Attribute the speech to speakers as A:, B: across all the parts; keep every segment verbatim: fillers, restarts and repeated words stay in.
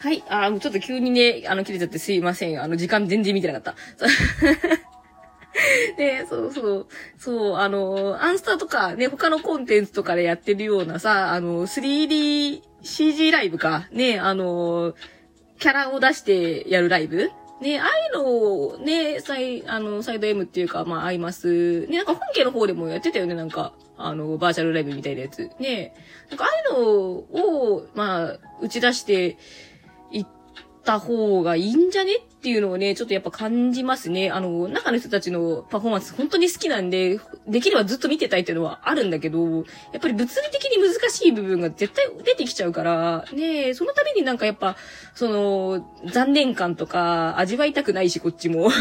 A: はい。あー、ちょっと急にね、あの、切れちゃってすいません。あの、時間全然見てなかった。で、そうそう。そう、あの、アンスタとかね、他のコンテンツとかでやってるようなさ、あの、スリーディーシージー ライブか。ね、あの、キャラを出してやるライブね、ああいうのをね、サイ、あの、サイド M っていうか、まあ、アイマス。ね、なんか本家の方でもやってたよね、なんか。あの、バーチャルライブみたいなやつ。ね、なんかああいうのを、まあ、打ち出していった方がいいんじゃねっていうのをね、ちょっとやっぱ感じますね。あの、中の人たちのパフォーマンス本当に好きなんで、できればずっと見てたいっていうのはあるんだけど、やっぱり物理的に難しい部分が絶対出てきちゃうから、ね、そのためになんかやっぱ、その、残念感とか味わいたくないし、こっちも。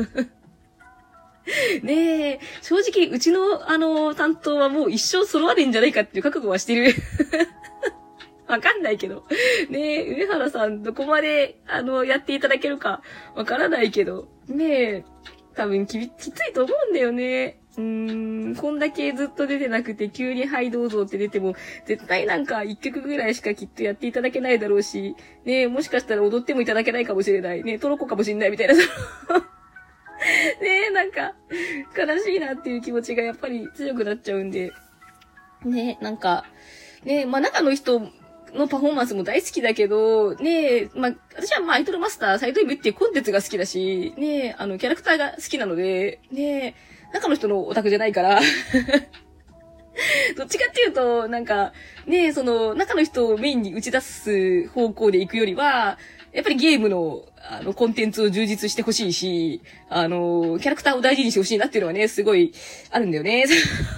A: ねえ、正直、うちの、あの、担当はもう一生揃わねえんじゃないかっていう覚悟はしてる。わかんないけど。ねえ、上原さん、どこまで、あの、やっていただけるか、わからないけど。ねえ、多分き、きついと思うんだよね。うーん、こんだけずっと出てなくて、急にはいどうぞって出ても、絶対なんか一曲ぐらいしかきっとやっていただけないだろうし、ねえ、もしかしたら踊ってもいただけないかもしれない。ねえ、トロコかもしれないみたいな。ねえ、なんか、悲しいなっていう気持ちがやっぱり強くなっちゃうんで。ねえ、なんか、ねえ、まあ中の人のパフォーマンスも大好きだけど、ねえ、まあ、私はまあアイドルマスター、サイドイブっていうコンテンツが好きだし、ねえ、あの、キャラクターが好きなので、ねえ、中の人のオタクじゃないから、どっちかっていうと、なんか、ねえ、その、中の人をメインに打ち出す方向で行くよりは、やっぱりゲームの、あの、コンテンツを充実してほしいし、あの、キャラクターを大事にしてほしいなっていうのはね、すごい、あるんだよね。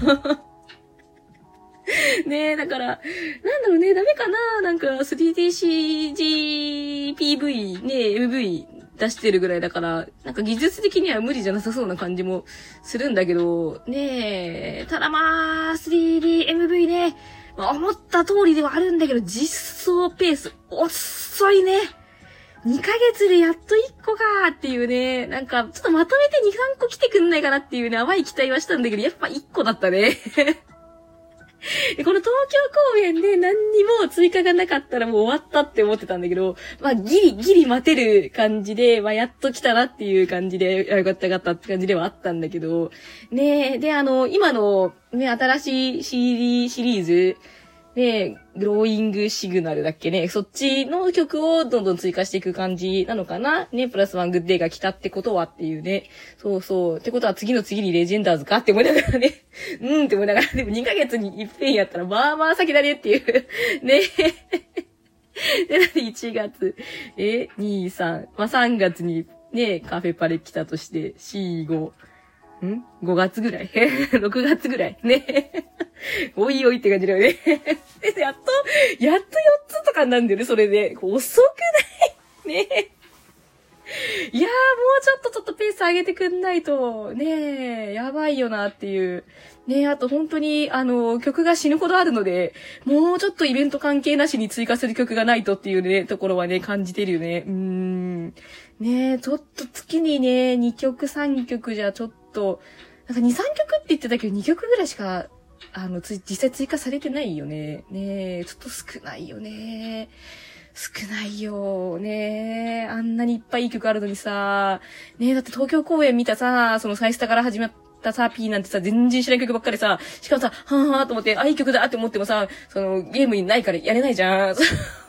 A: ねえ、だから、なんだろうね、ダメかななんか スリーディーシージーピーブイ ね、エムブイ 出してるぐらいだから、なんか技術的には無理じゃなさそうな感じもするんだけど、ねえ、ただまあ、スリーディーエムブイ ね、まあ、思った通りではあるんだけど、実装ペース遅いね。にかげつでやっといっこかーっていうね、なんか、ちょっとまとめてに、さんこ来てくんないかなっていうね、淡い期待はしたんだけど、やっぱいっこだったね。で、この東京公演で何にも追加がなかったらもう終わったって思ってたんだけど、まあギリギリ待てる感じで、まあやっと来たなっていう感じで、よかったよかったって感じではあったんだけど、ねえ、で、あの、今のね、新しい シーディー シリーズ、ね、グローイングシグナルだっけね。そっちの曲をどんどん追加していく感じなのかなね、プラスワングッデーが来たってことはっていうね。そうそう。ってことは次の次にレジェンダーズかって思いながらね。うんって思いながら、でもにかげつに一遍やったらまあまあ先だねっていう。ね。で、なんでいちがつ、え、に、さん。まあさんがつにね、カフェパレ来たとして、よん、ご。ん ?ご 月ぐらいろくがつぐらいね。おいおいって感じだよね。で、やっと、やっとよっつとかなんだよね、それで。遅くないね。いやー、もうちょっとちょっとペース上げてくんないと、ねえ、やばいよなっていう。ねえ、あと本当に、あの、曲が死ぬほどあるので、もうちょっとイベント関係なしに追加する曲がないとっていうね、ところはね、感じてるよね。うーん。ねえ、ちょっと月にね、にきょくさんきょくじゃちょっと、なんかに、さんきょくって言ってたけどにきょくぐらいしか、あの、つ、実際追加されてないよね。ねえ、ちょっと少ないよね。少ないよ。ねえ、あんなにいっぱいいい曲あるのにさ。ねえ、だって東京公演見たさ、そのサイスタから始まったさ、P なんてさ、全然知らん曲ばっかりさ、しかもさ、はぁはぁと思って、あ、いい曲だって思ってもさ、その、ゲームにないからやれないじゃん。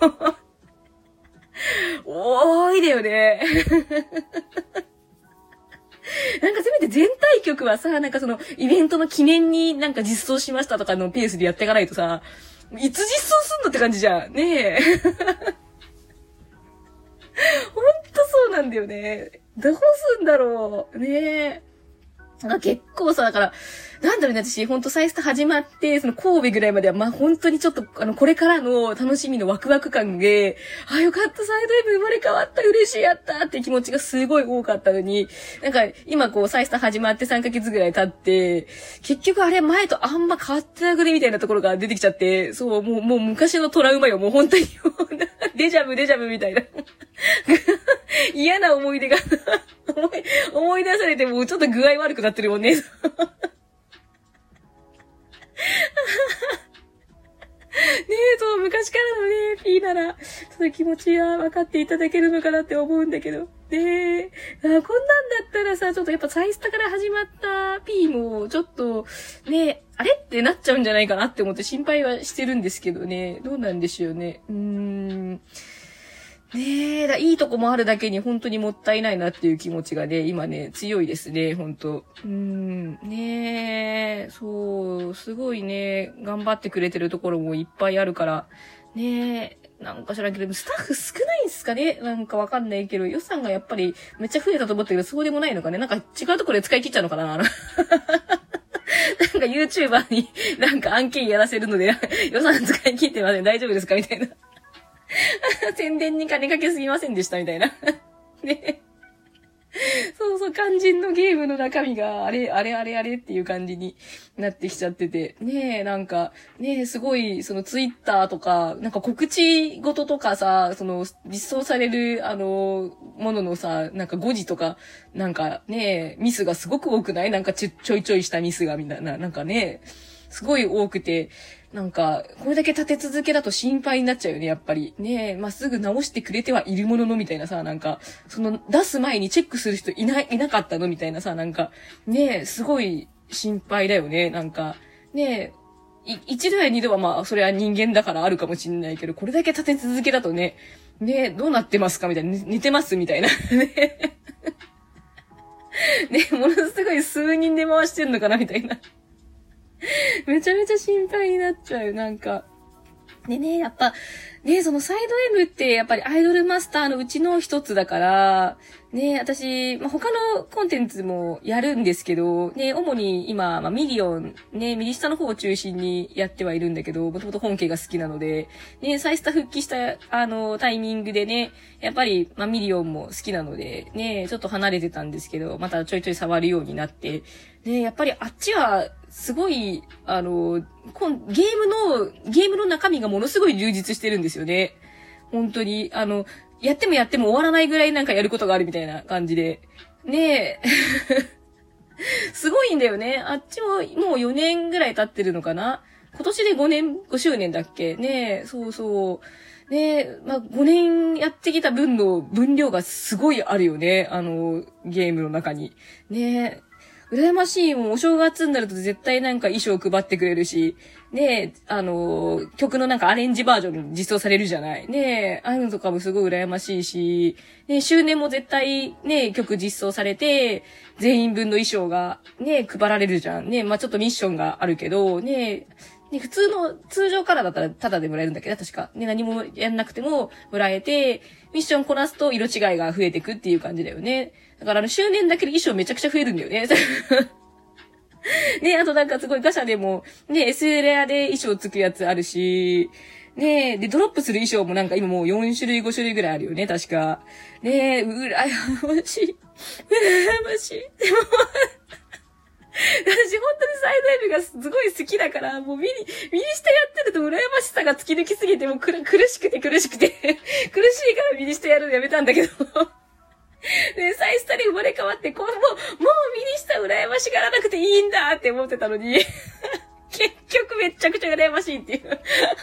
A: おーいだよね。なんかせめて全体曲はさ、なんかその、イベントの記念になんか実装しましたとかのペースでやっていかないとさ、いつ実装すんのって感じじゃん。ねえ。ほんとそうなんだよね。どうすんだろう。ねえ。なんか結構さ、だから、なんだろうね、私、ほんとサイスタ始まって、その神戸ぐらいまでは、まあ、本当にちょっと、あの、これからの楽しみのワクワク感で、あ、よかった、サイド M 生まれ変わった、嬉しい、やったって気持ちがすごい多かったのに、なんか、今こう、サイスタ始まってさんかげつぐらい経って、結局あれ、前とあんま変わってなくねみたいなところが出てきちゃって、そう、もう、もう昔のトラウマよ、もう本当に、デジャブ、デジャブみたいな。嫌な思い出が思い、思い出されてもうちょっと具合悪くなってるもんね。 え、そう、昔からのね、P なら、その気持ちは分かっていただけるのかなって思うんだけど。ねえ、あ、こんなんだったらさ、ちょっとやっぱサイスタから始まった P も、ちょっと、ね、あれってなっちゃうんじゃないかなって思って心配はしてるんですけどね。どうなんでしょうね。うーん。ねえ、だいいとこもあるだけに本当にもったいないなっていう気持ちがね、今ね、強いですね、本当うーん、ねえ、そう、すごいね、頑張ってくれてるところもいっぱいあるから、ねえ、なんか知らんけど、スタッフ少ないんすかねなんかわかんないけど、予算がやっぱりめっちゃ増えたと思ったけど、そうでもないのかねなんか違うところで使い切っちゃうのかななんか YouTuber になんか案件やらせるので、予算使い切ってません、大丈夫ですかみたいな。宣伝に金かけすぎませんでしたみたいな。ね。そうそう、肝心のゲームの中身が、あれ、あれあれあれっていう感じになってきちゃってて。ねえ、なんか、ねえ、すごい、そのツイッターとか、なんか告知事とかさ、その、実装される、あの、もののさ、なんか誤字とか、なんかねえ、ミスがすごく多くないなんかちょ、ちょいちょいしたミスがみたいな、なんかね、すごい多くて、なんか、これだけ立て続けだと心配になっちゃうよね、やっぱり。ねえ、まあ、すぐ直してくれてはいるものの、みたいなさ、なんか、その、出す前にチェックする人いない、いなかったのみたいなさ、なんか、ねえ、すごい心配だよね、なんか。ねえ、い一度や二度はまあ、それは人間だからあるかもしんないけど、これだけ立て続けだとね、ねえ、どうなってますかみたいな、寝てますみたいな。ねえ、ねえ、ものすごい数人で回してんのかなみたいな。めちゃめちゃ心配になっちゃう、なんか。でね、やっぱ、ね、そのサイド M ってやっぱりアイドルマスターのうちの一つだから、ね、私、まあ、他のコンテンツもやるんですけど、ね、主に今、まあ、ミリオン、ね、右下の方を中心にやってはいるんだけど、もともと本家が好きなので、ね、サイスタ復帰した、あの、タイミングでね、やっぱり、まあ、ミリオンも好きなので、ね、ちょっと離れてたんですけど、またちょいちょい触るようになって、ね、やっぱりあっちは、すごい、あの、こんゲームの、ゲームの中身がものすごい充実してるんですよね。本当に、あの、やってもやっても終わらないぐらいなんかやることがあるみたいな感じで。ねえ。すごいんだよね。あっちももうよねんぐらい経ってるのかな。今年でごねん、ごしゅうねんだっけねえ、そうそう。ねえ、まあ、ごねんやってきた分の分量がすごいあるよね。あの、ゲームの中に。ねえ。羨ましいもん、お正月になると絶対なんか衣装配ってくれるし、ねえ、あのー、曲のなんかアレンジバージョン実装されるじゃない。ねえ、ああいうのとかもすごい羨ましいし、ねえ、周年も絶対ね、曲実装されて、全員分の衣装がね、配られるじゃん。ねえ、まあ、ちょっとミッションがあるけど、ねえ、ね、普通の、通常からだったらタダでもらえるんだけど、確か。ね、何もやんなくてももらえて、ミッションこなすと色違いが増えてくっていう感じだよね。だからあの、周年だけで衣装めちゃくちゃ増えるんだよね。ね、あとなんかすごいガシャでも、ね、S レアで衣装つくやつあるし、ねで、ドロップする衣装もなんか今もうよん種類ご種類ぐらいあるよね、確か。ねうらやましい。うらやましい。でも、私本当にサイド M がすごい好きだから、もうミニ、ミニスタやってると羨ましさが突き抜きすぎて、もうくる苦しくて苦しくて、苦しいからミニスタやるのやめたんだけど。で、サイスタに生まれ変わって、こう、もう、もうミニスタ羨ましがらなくていいんだって思ってたのに、結局めっちゃくちゃ羨ましいっていう。結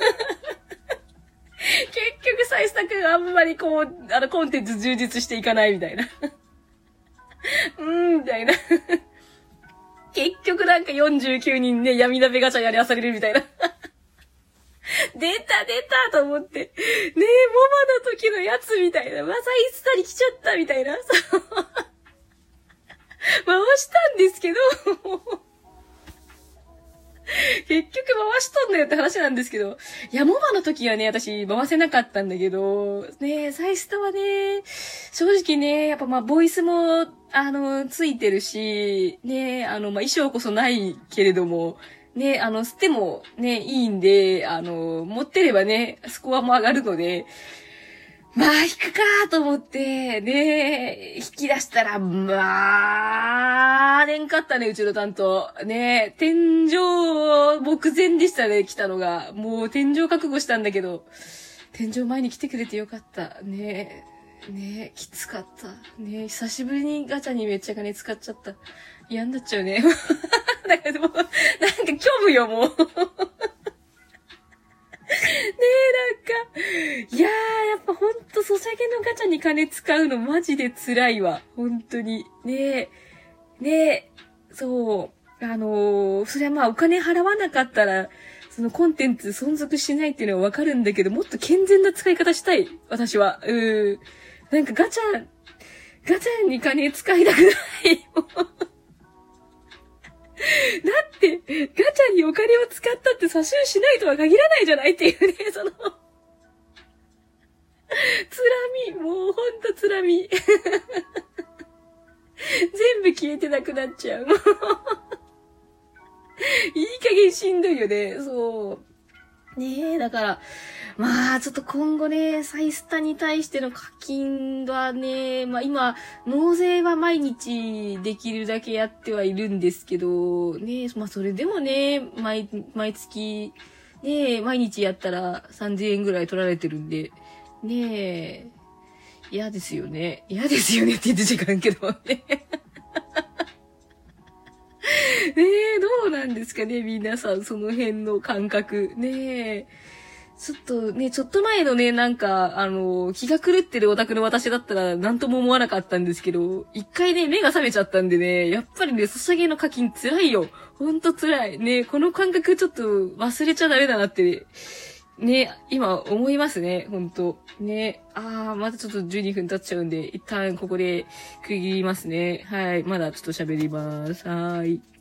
A: 局サイスタくんあんまりこう、あの、コンテンツ充実していかないみたいな。うーん、みたいな。結局なんかよんじゅうきゅうにんね、闇鍋ガチャやりあされるみたいな。出た出たと思って。ねえ、モマの時のやつみたいな。まさイスタに来ちゃったみたいな。そう回したんですけど、結局回しとんだよって話なんですけど。いや、モマの時はね、私回せなかったんだけど、ねえ、サイスタはね、正直ね、やっぱまあ、ボイスも、あの、ついてるし、ね、あの、まあ、衣装こそないけれども、ね、あの、捨てもね、いいんで、あの、持ってればね、スコアも上がるので、まあ、引くかと思って、ね、引き出したら、まあ、ねんかったね、うちの担当。ね、天井目前でしたね、来たのが。もう天井覚悟したんだけど、天井前に来てくれてよかった。ねねきつかった。ね久しぶりにガチャにめっちゃ金使っちゃった。嫌になっちゃうね。だけど、なんか虚無よ、もう。 なんか、いやー、やっぱほんとソシャゲのガチャに金使うのマジで辛いわ。本当に。ねえ。ねえ。そう。あのー、それはまあお金払わなかったら、そのコンテンツ存続しないっていうのはわかるんだけど、もっと健全な使い方したい。私は。うーん。なんかガチャ、ガチャに金使いたくない。だって、ガチャにお金を使ったって差し押しないとは限らないじゃないっていうね、その、つらみ、もうほんとつらみ。全部消えてなくなっちゃう。もういい加減しんどいよね、そう。ねえ、だから、まあ、ちょっと今後ね、サイスタに対しての課金はね、まあ今、納税は毎日できるだけやってはいるんですけど、ね、まあそれでもね、毎、毎月、ね、毎日やったらさんぜんえんぐらい取られてるんで、ねえ、嫌ですよね。嫌ですよねって言って時間けどね。ねえ、どうなんですかね、皆さん、その辺の感覚。ねえ。ちょっとね、ちょっと前のね、なんか、あの、気が狂ってるオタクの私だったら何とも思わなかったんですけど、一回ね、目が覚めちゃったんでね、やっぱりね、ソシャゲの課金辛いよ。ほんと辛い。ね、この感覚ちょっと忘れちゃダメだなって、ね、今思いますね、ほんと。ね、あー、まだちょっとじゅうにふん経っちゃうんで、一旦ここで区切りますね。はい、まだちょっと喋ります。はーい。